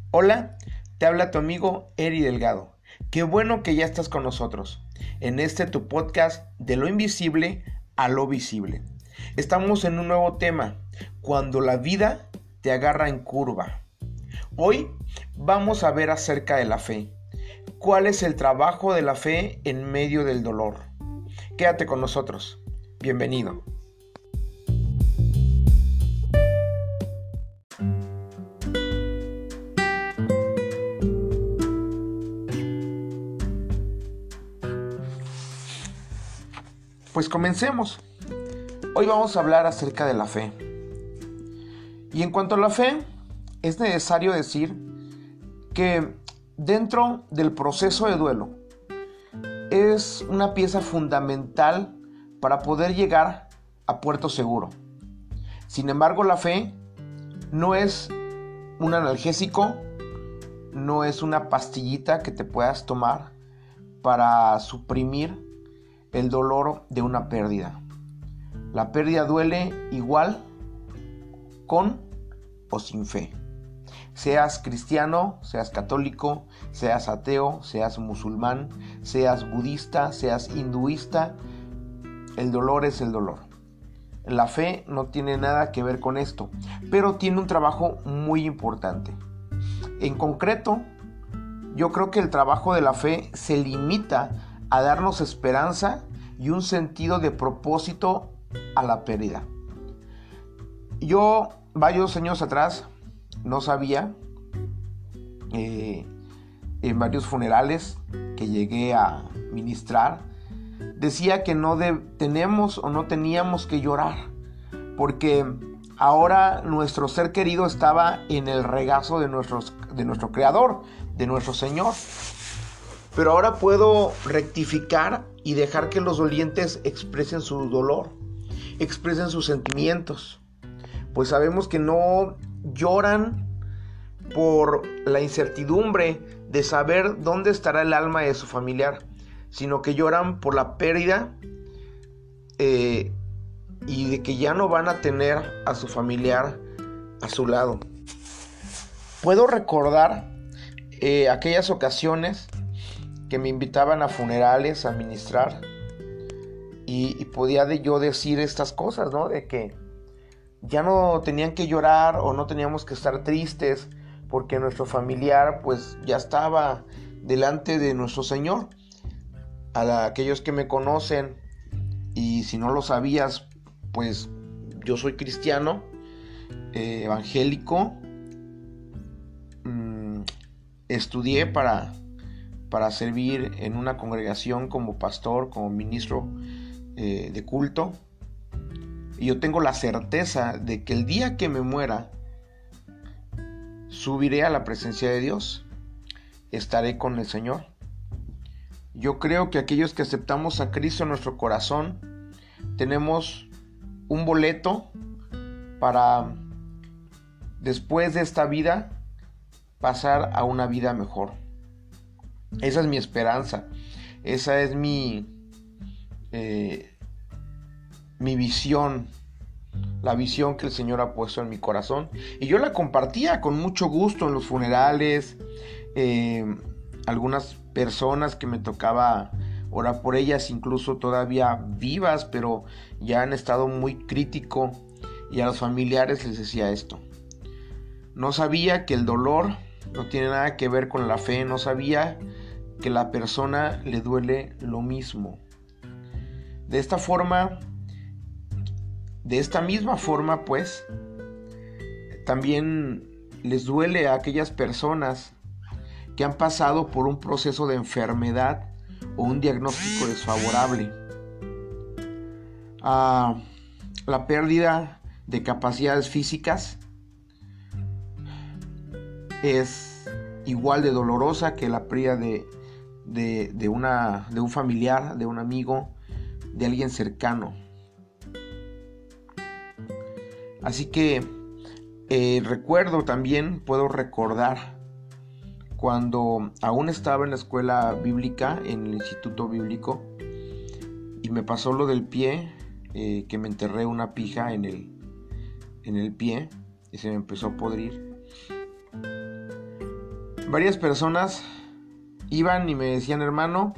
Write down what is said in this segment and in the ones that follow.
Hola, te habla tu amigo Eri Delgado. Qué bueno que ya estás con nosotros en tu podcast de lo invisible a lo visible. Estamos en un nuevo tema, cuando la vida te agarra en curva. Hoy vamos a ver acerca de la fe. ¿Cuál es el trabajo de la fe en medio del dolor? Quédate con nosotros. Bienvenido. Pues comencemos. Hoy vamos a hablar acerca de la fe. Y en cuanto a la fe, es necesario decir que dentro del proceso de duelo es una pieza fundamental para poder llegar a puerto seguro. Sin embargo, la fe no es un analgésico, no es una pastillita que te puedas tomar para suprimir el dolor de una pérdida. La pérdida duele igual con o sin fe. Seas cristiano, seas católico, seas ateo, seas musulmán, seas budista, seas hinduista, el dolor es el dolor. La fe no tiene nada que ver con esto, pero tiene un trabajo muy importante. En concreto, yo creo que el trabajo de la fe se limita a darnos esperanza y un sentido de propósito a la pérdida. Yo, varios años atrás, no sabía, en varios funerales que llegué a ministrar, decía que no tenemos o no teníamos que llorar, porque ahora nuestro ser querido estaba en el regazo de nuestro Creador, de nuestro Señor. Pero ahora puedo rectificar y dejar que los dolientes expresen su dolor, expresen sus sentimientos, pues sabemos que no lloran por la incertidumbre de saber dónde estará el alma de su familiar, sino que lloran por la pérdida y de que ya no van a tener a su familiar a su lado. Puedo recordar aquellas ocasiones que me invitaban a funerales a ministrar y podía yo decir estas cosas, ¿no? De que ya no tenían que llorar o no teníamos que estar tristes porque nuestro familiar pues ya estaba delante de nuestro Señor. A aquellos que me conocen, y si no lo sabías, pues yo soy cristiano, evangélico, estudié para servir en una congregación como pastor, como ministro de culto. Y yo tengo la certeza de que el día que me muera, subiré a la presencia de Dios, estaré con el Señor. Yo creo que aquellos que aceptamos a Cristo en nuestro corazón, tenemos un boleto para, después de esta vida, pasar a una vida mejor. Esa es mi esperanza, esa es mi visión, la visión que el Señor ha puesto en mi corazón. Y yo la compartía con mucho gusto en los funerales. Algunas personas que me tocaba orar por ellas, incluso todavía vivas, pero ya han estado muy crítico. Y a los familiares les decía esto. No sabía que el dolor no tiene nada que ver con la fe, no sabía que la persona le duele lo mismo. De esta misma forma, pues, también les duele a aquellas personas que han pasado por un proceso de enfermedad o un diagnóstico desfavorable. La pérdida de capacidades físicas es igual de dolorosa que la pérdida de un familiar, de un amigo, de alguien cercano. Así que puedo recordar cuando aún estaba en la escuela bíblica, en el instituto bíblico, y me pasó lo del pie, que me enterré una pija en el pie y se me empezó a podrir. varias personas iban y me decían: hermano,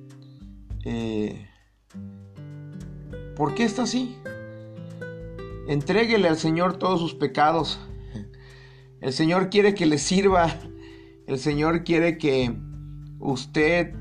¿por qué está así? Entréguele al Señor todos sus pecados. El Señor quiere que le sirva. El Señor quiere que usted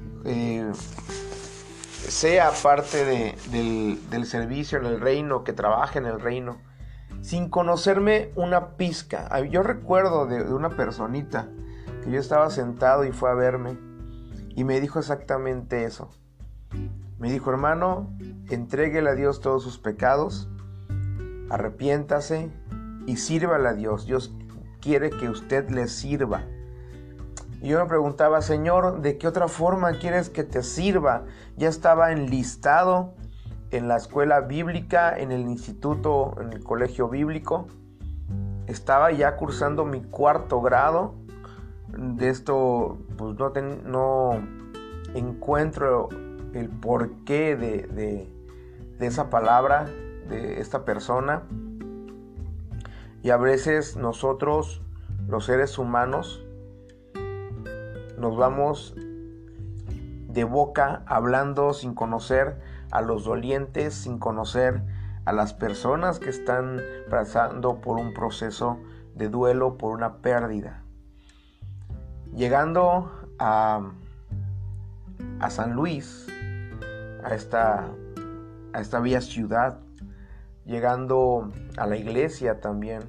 sea parte del servicio en el reino, que trabaje en el reino, sin conocerme una pizca. Yo recuerdo de una personita que yo estaba sentado y fue a verme y me dijo exactamente eso. Me dijo: hermano, entréguele a Dios todos sus pecados, arrepiéntase y sírvale a Dios. Dios quiere que usted le sirva. Y yo me preguntaba: Señor, ¿de qué otra forma quieres que te sirva? Ya estaba enlistado en la escuela bíblica, en el instituto, en el colegio bíblico. Estaba ya cursando mi 4º grado. De esto, pues no encuentro el porqué de esa palabra, de esta persona. Y a veces nosotros, los seres humanos, nos vamos de boca hablando sin conocer a los dolientes, sin conocer a las personas que están pasando por un proceso de duelo, por una pérdida. Llegando a San Luis, a esta bella ciudad, llegando a la iglesia también,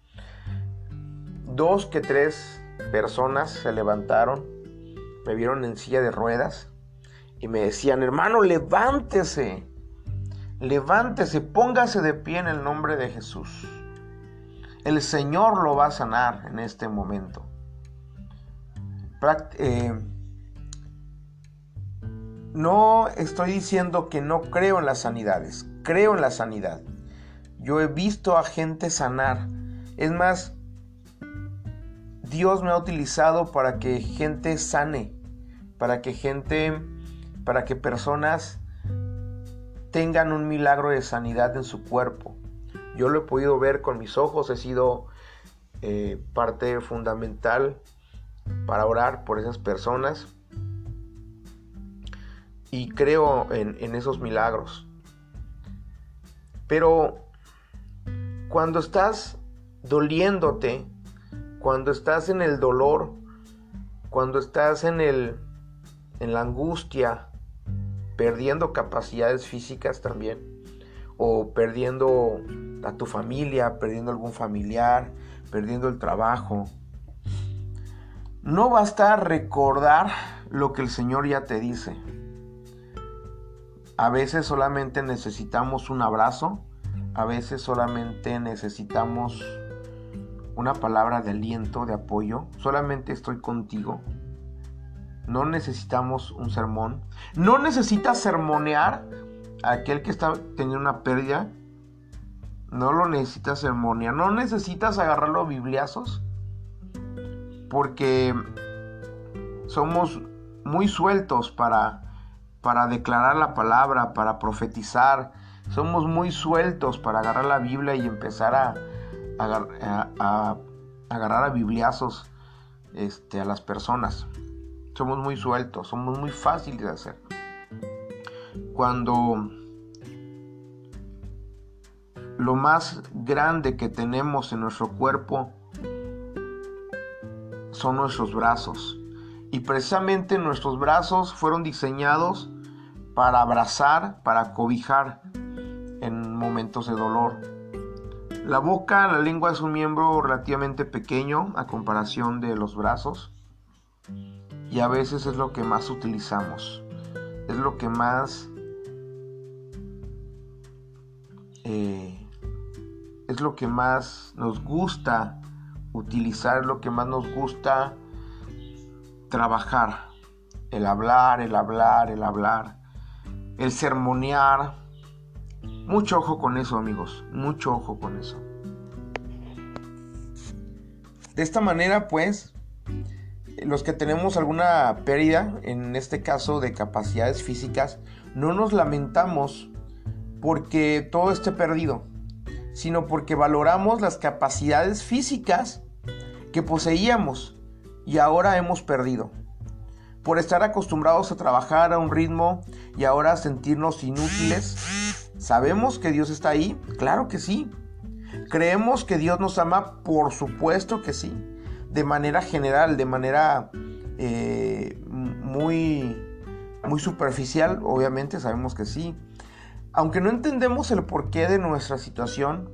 2 que 3 personas se levantaron, me vieron en silla de ruedas y me decían: hermano, levántese, póngase de pie en el nombre de Jesús. El Señor lo va a sanar en este momento. No estoy diciendo que no creo en las sanidades, creo en la sanidad. Yo he visto a gente sanar. Es más, Dios me ha utilizado para que gente sane, para que personas tengan un milagro de sanidad en su cuerpo. Yo lo he podido ver con mis ojos, he sido parte fundamental para orar por esas personas y creo en esos milagros. Pero cuando estás doliéndote, cuando estás en el dolor, cuando estás en la angustia, perdiendo capacidades físicas también, o perdiendo a tu familia, perdiendo algún familiar, perdiendo el trabajo, no basta recordar lo que el Señor ya te dice. A veces solamente necesitamos un abrazo, a veces solamente necesitamos una palabra de aliento, de apoyo. Solamente estoy contigo. No necesitamos un sermón. No necesitas sermonear a aquel que está teniendo una pérdida. No lo necesitas sermonear. No necesitas agarrarlo a bibliazos, porque somos muy sueltos para declarar la palabra, para profetizar. Somos muy sueltos para agarrar la Biblia y empezar a agarrar a bibliazos a las personas. Somos muy sueltos, somos muy fáciles de hacer. Cuando lo más grande que tenemos en nuestro cuerpo son nuestros brazos, y precisamente nuestros brazos fueron diseñados para abrazar, para cobijar en momentos de dolor. La boca, la lengua es un miembro relativamente pequeño a comparación de los brazos, y a veces es lo que más utilizamos, es lo que más nos gusta utilizar, es lo que más nos gusta trabajar. El hablar, el sermonear. Mucho ojo con eso, amigos, mucho ojo con eso. De esta manera, pues, los que tenemos alguna pérdida, en este caso de capacidades físicas, no nos lamentamos porque todo esté perdido, sino porque valoramos las capacidades físicas que poseíamos y ahora hemos perdido. Por estar acostumbrados a trabajar a un ritmo y ahora sentirnos inútiles. ¿Sabemos que Dios está ahí? Claro que sí. ¿Creemos que Dios nos ama? Por supuesto que sí. De manera general, de manera muy superficial, obviamente sabemos que sí. Aunque no entendemos el porqué de nuestra situación,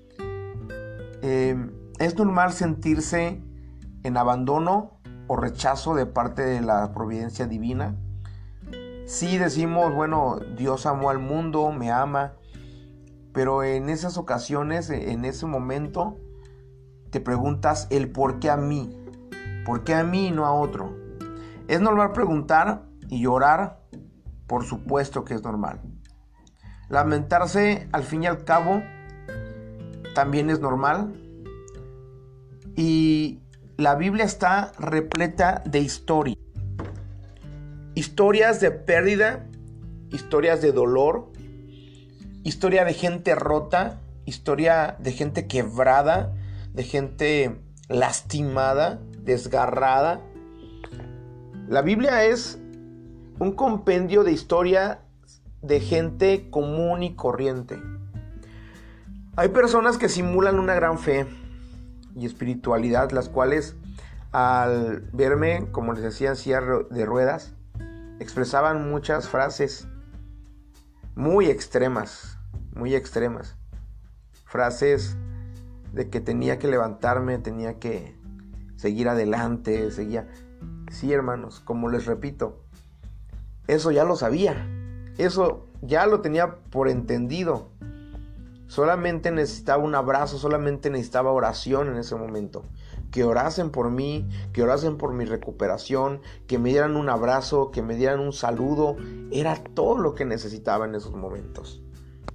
es normal sentirse en abandono o rechazo de parte de la providencia divina. Sí decimos, bueno, Dios amó al mundo, me ama, pero en esas ocasiones, en ese momento, te preguntas el por qué a mí y no a otro. ¿Es normal preguntar y llorar? Por supuesto que es normal. Lamentarse, al fin y al cabo, también es normal. Y la Biblia está repleta de historias. Historias de pérdida, historias de dolor, historia de gente rota, historia de gente quebrada, de gente lastimada, desgarrada. La Biblia es un compendio de historia de gente común y corriente. Hay personas que simulan una gran fe y espiritualidad, las cuales al verme, como les decía, en silla de ruedas, expresaban muchas frases muy extremas, frases de que tenía que levantarme, tenía que seguir adelante, Sí, hermanos, como les repito, eso ya lo sabía, eso ya lo tenía por entendido. Solamente necesitaba un abrazo, solamente necesitaba oración en ese momento. Que orasen por mí, que orasen por mi recuperación, que me dieran un abrazo, que me dieran un saludo. Era todo lo que necesitaba en esos momentos.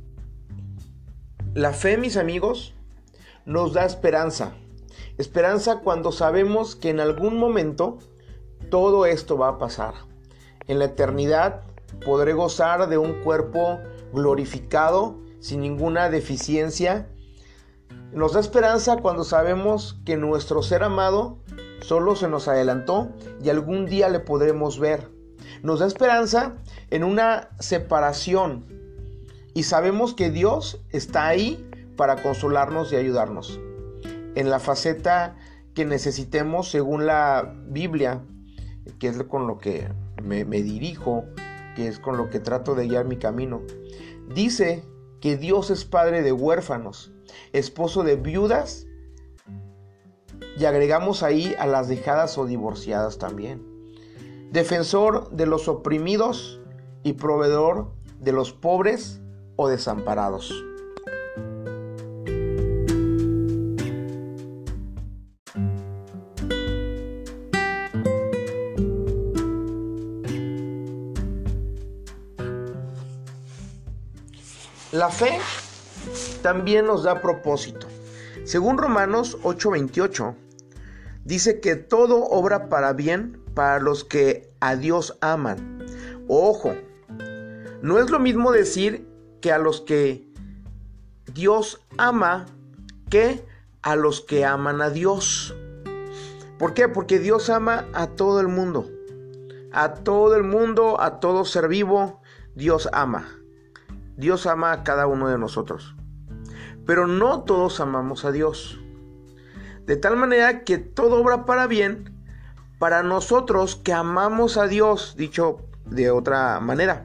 La fe, mis amigos, nos da esperanza. Esperanza cuando sabemos que en algún momento todo esto va a pasar. En la eternidad podré gozar de un cuerpo glorificado, sin ninguna deficiencia. Nos da esperanza cuando sabemos que nuestro ser amado solo se nos adelantó y algún día le podremos ver. Nos da esperanza en una separación y sabemos que Dios está ahí para consolarnos y ayudarnos. En la faceta que necesitemos según la Biblia, que es con lo que me dirijo, que es con lo que trato de guiar mi camino, dice que Dios es padre de huérfanos, esposo de viudas, y agregamos ahí a las dejadas o divorciadas también, defensor de los oprimidos y proveedor de los pobres o desamparados. La fe también nos da propósito. Según Romanos 8:28, dice que todo obra para bien para los que a Dios aman. Ojo, no es lo mismo decir que a los que Dios ama que a los que aman a Dios. ¿Por qué? Porque Dios ama a todo el mundo. A todo el mundo, a todo ser vivo, Dios ama. Dios ama a cada uno de nosotros. Pero no todos amamos a Dios. De tal manera que todo obra para bien para nosotros que amamos a Dios, dicho de otra manera.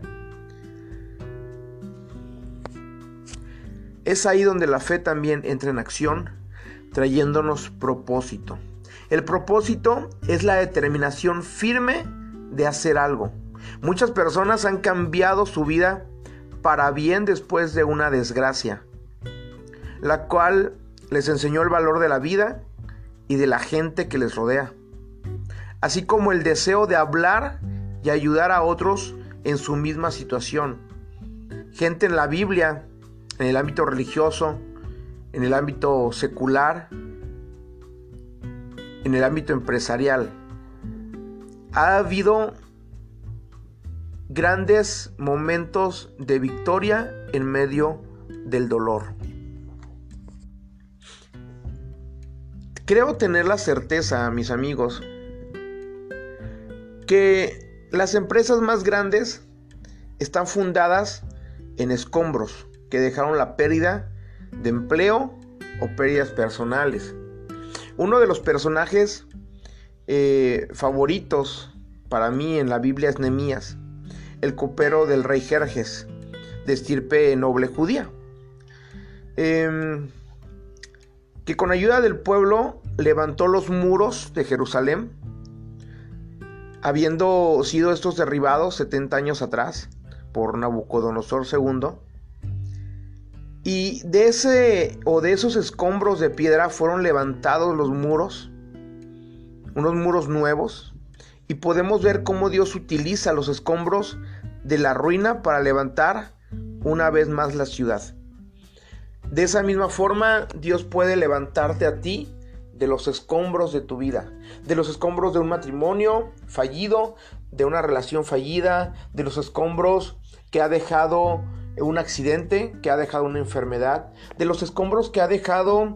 Es ahí donde la fe también entra en acción, trayéndonos propósito. El propósito es la determinación firme de hacer algo. Muchas personas han cambiado su vida para bien después de una desgracia, la cual les enseñó el valor de la vida y de la gente que les rodea, así como el deseo de hablar y ayudar a otros en su misma situación. Gente en la Biblia, en el ámbito religioso, en el ámbito secular, en el ámbito empresarial. Ha habido grandes momentos de victoria en medio del dolor. Creo tener la certeza, mis amigos, que las empresas más grandes están fundadas en escombros que dejaron la pérdida de empleo o pérdidas personales. Uno de los personajes favoritos para mí en la Biblia es Nehemías, el copero del rey Jerjes, de estirpe noble judía, que con ayuda del pueblo levantó los muros de Jerusalén, habiendo sido estos derribados 70 años atrás por Nabucodonosor II. Y de esos escombros de piedra fueron levantados los muros, unos muros nuevos, y podemos ver cómo Dios utiliza los escombros de la ruina para levantar una vez más la ciudad. De esa misma forma, Dios puede levantarte a ti de los escombros de tu vida, de los escombros de un matrimonio fallido, de una relación fallida, de los escombros que ha dejado un accidente, que ha dejado una enfermedad, de los escombros que ha dejado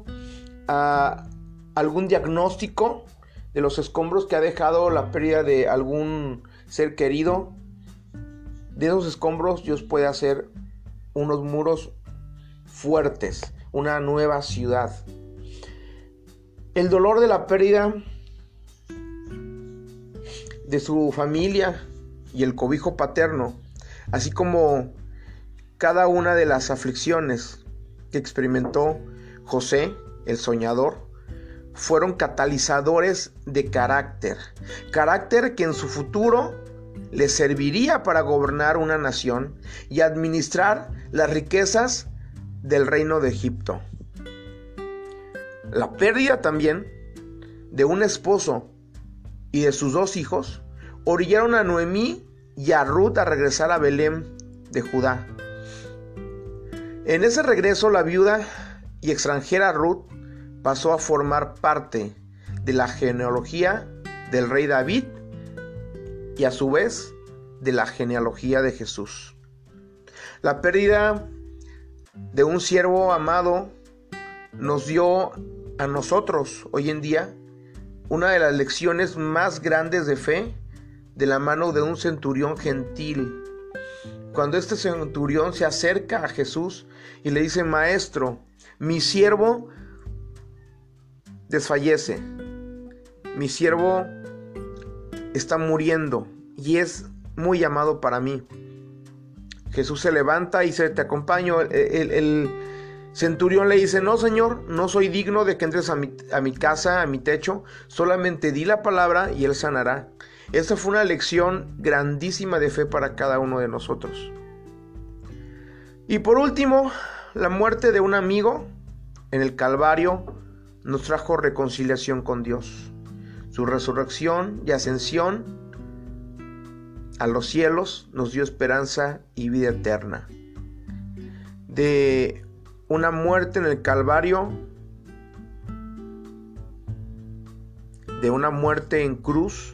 algún diagnóstico, de los escombros que ha dejado la pérdida de algún ser querido. De esos escombros Dios puede hacer unos muros fuertes, una nueva ciudad. El dolor de la pérdida de su familia y el cobijo paterno, así como cada una de las aflicciones que experimentó José, el soñador, fueron catalizadores de carácter que en su futuro le serviría para gobernar una nación y administrar las riquezas del reino de Egipto. La pérdida también de un esposo y de sus 2 hijos orillaron a Noemí y a Ruth a regresar a Belén de Judá. En ese regreso, la viuda y extranjera Ruth pasó a formar parte de la genealogía del rey David y a su vez de la genealogía de Jesús. La pérdida de un siervo amado nos dio a nosotros hoy en día una de las lecciones más grandes de fe de la mano de un centurión gentil. Cuando este centurión se acerca a Jesús y le dice: Maestro, mi siervo desfallece, mi siervo está muriendo y es muy amado para mí. Jesús se levanta y dice: te acompaño. El centurión le dice: no, Señor, no soy digno de que entres a mi casa, a mi techo, solamente di la palabra y Él sanará. Esta fue una lección grandísima de fe para cada uno de nosotros. Y por último, la muerte de un amigo en el Calvario nos trajo reconciliación con Dios. Su resurrección y ascensión a los cielos nos dio esperanza y vida eterna. De una muerte en el Calvario, de una muerte en cruz,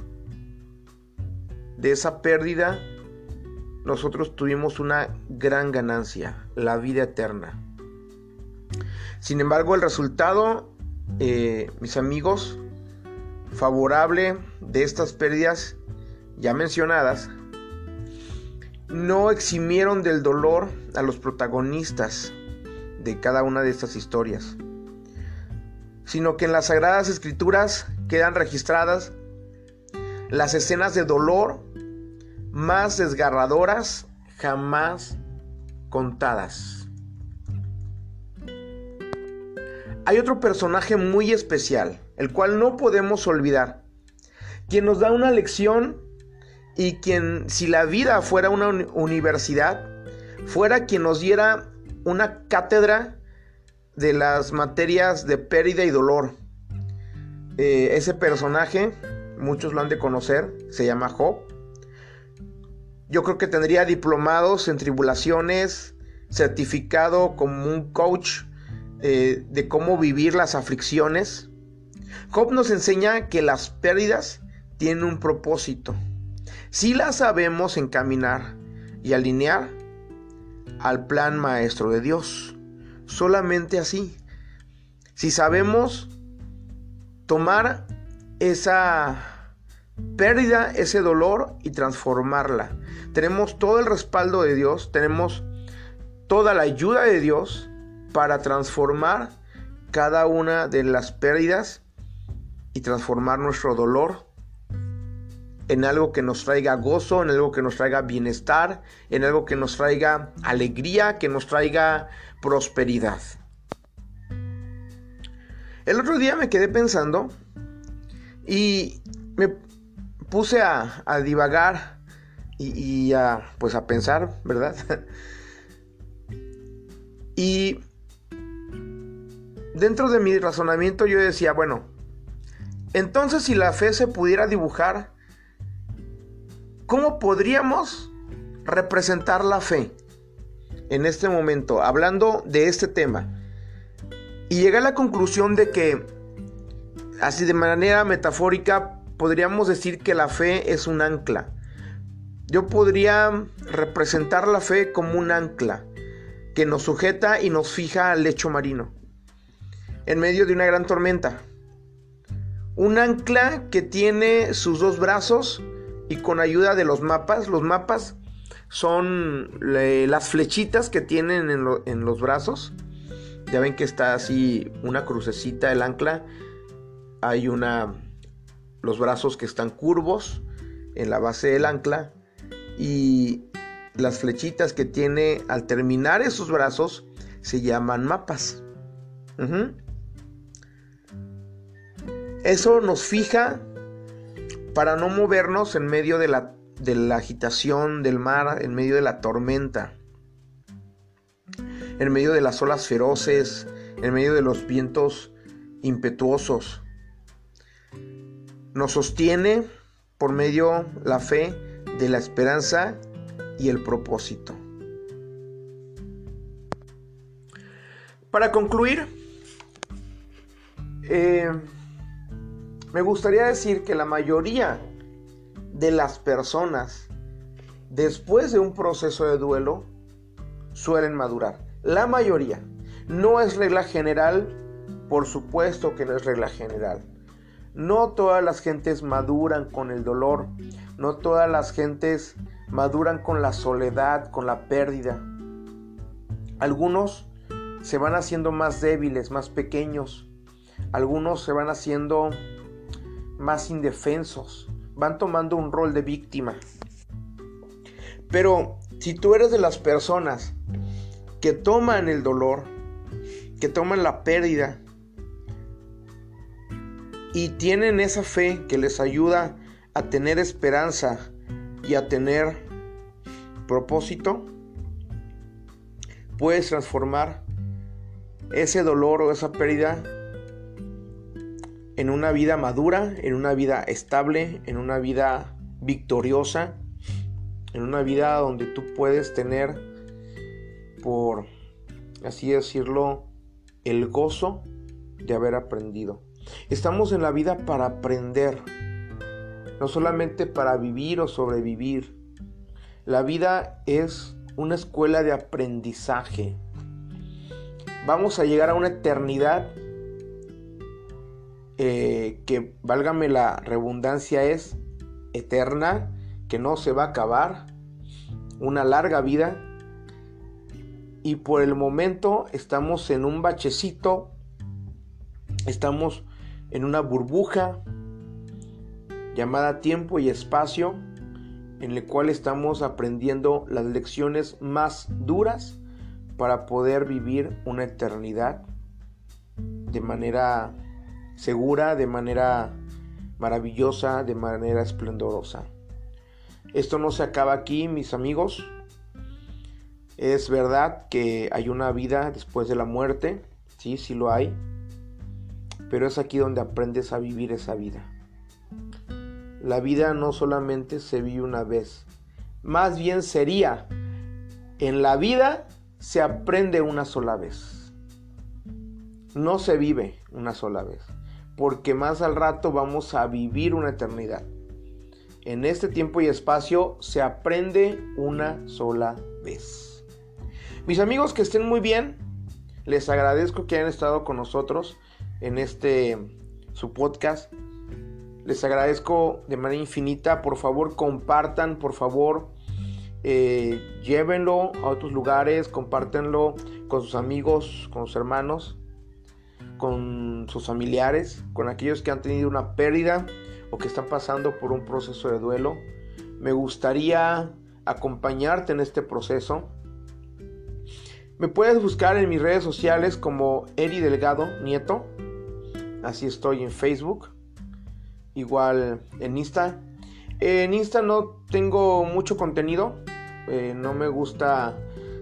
de esa pérdida, nosotros tuvimos una gran ganancia, la vida eterna. Sin embargo, el resultado, mis amigos, favorable de estas pérdidas ya mencionadas, no eximieron del dolor a los protagonistas de cada una de estas historias, sino que en las Sagradas Escrituras quedan registradas las escenas de dolor más desgarradoras jamás contadas. Hay otro personaje muy especial, el cual no podemos olvidar, quien nos da una lección y quien, si la vida fuera una universidad, fuera quien nos diera una cátedra de las materias de pérdida y dolor. Ese personaje, muchos lo han de conocer, se llama Job. Yo creo que tendría diplomados en tribulaciones, certificado como un coach de cómo vivir las aflicciones. Job nos enseña que las pérdidas tienen un propósito, si las sabemos encaminar y alinear al plan maestro de Dios. Solamente así, si sabemos tomar esa pérdida, ese dolor y transformarla. Tenemos todo el respaldo de Dios, tenemos toda la ayuda de Dios para transformar cada una de las pérdidas y transformar nuestro dolor en algo que nos traiga gozo, en algo que nos traiga bienestar, en algo que nos traiga alegría, que nos traiga prosperidad. El otro día me quedé pensando y me puse a divagar y a pensar, ¿verdad? Y dentro de mi razonamiento yo decía, bueno, entonces si la fe se pudiera dibujar, ¿cómo podríamos representar la fe en este momento, hablando de este tema? Y llegué a la conclusión de que, así de manera metafórica, podríamos decir que la fe es un ancla. Yo podría representar la fe como un ancla que nos sujeta y nos fija al lecho marino, en medio de una gran tormenta. Un ancla que tiene sus dos brazos y con ayuda de los mapas son las flechitas que tienen en los brazos. Ya ven que está así una crucecita el ancla. Hay los brazos que están curvos en la base del ancla. Y las flechitas que tiene al terminar esos brazos se llaman mapas. Eso nos fija para no movernos en medio de la agitación del mar, en medio de la tormenta, en medio de las olas feroces, en medio de los vientos impetuosos. Nos sostiene por medio la fe de la esperanza y el propósito. Para concluir, me gustaría decir que la mayoría de las personas, después de un proceso de duelo, suelen madurar. La mayoría. No es regla general, por supuesto que no es regla general. No todas las gentes maduran con el dolor. No todas las gentes maduran con la soledad, con la pérdida. Algunos se van haciendo más débiles, más pequeños. Algunos se van haciendo más indefensos. Van tomando un rol de víctima. Pero si tú eres de las personas que toman el dolor, que toman la pérdida y tienen esa fe que les ayuda a tener esperanza y a tener propósito, puedes transformar ese dolor o esa pérdida en una vida madura, en una vida estable, en una vida victoriosa, en una vida donde tú puedes tener, por así decirlo, el gozo de haber aprendido. Estamos en la vida para aprender, no solamente para vivir o sobrevivir. La vida es una escuela de aprendizaje. Vamos a llegar a una eternidad que, válgame la redundancia, es eterna, que no se va a acabar, una larga vida. Y por el momento estamos en un bachecito, estamos en una burbuja llamada tiempo y espacio, en el cual estamos aprendiendo las lecciones más duras para poder vivir una eternidad de manera segura, de manera maravillosa, de manera esplendorosa. Esto no se acaba aquí, mis amigos. Es verdad que hay una vida después de la muerte, sí lo hay, pero es aquí donde aprendes a vivir esa vida. La vida no solamente se vive una vez, más bien sería, en la vida se aprende una sola vez, no se vive una sola vez, porque más al rato vamos a vivir una eternidad. En este tiempo y espacio se aprende una sola vez. Mis amigos, que estén muy bien. Les agradezco que hayan estado con nosotros en su podcast. Les agradezco de manera infinita. Por favor, compartan, por favor, llévenlo a otros lugares, compártenlo con sus amigos, con sus hermanos, con sus familiares, con aquellos que han tenido una pérdida o que están pasando por un proceso de duelo. Me gustaría acompañarte en este proceso. Me puedes buscar en mis redes sociales como Eri Delgado Nieto. Así estoy en Facebook. Igual en Insta. En Insta no tengo mucho contenido. No me gusta.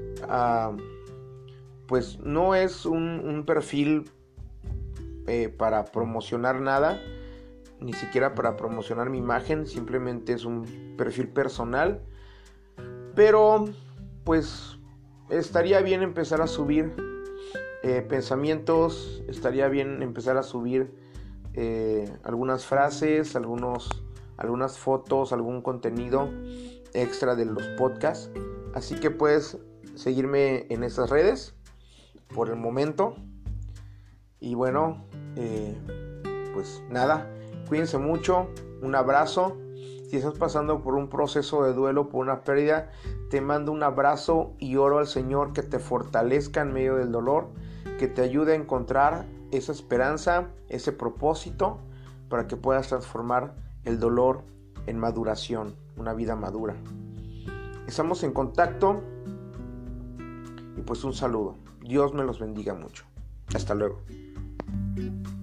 Pues no es un perfil para promocionar nada. Ni siquiera para promocionar mi imagen. Simplemente es un perfil personal. Pero pues estaría bien empezar a subir pensamientos. Estaría bien empezar a subir algunas frases, algunas fotos, algún contenido extra de los podcasts. Así que puedes seguirme en esas redes por el momento. Y bueno, pues nada, cuídense mucho, un abrazo. Si estás pasando por un proceso de duelo, por una pérdida, te mando un abrazo y oro al Señor que te fortalezca en medio del dolor, que te ayude a encontrar esa esperanza, ese propósito, para que puedas transformar el dolor en maduración, una vida madura. Estamos en contacto y pues un saludo. Dios me los bendiga mucho. Hasta luego.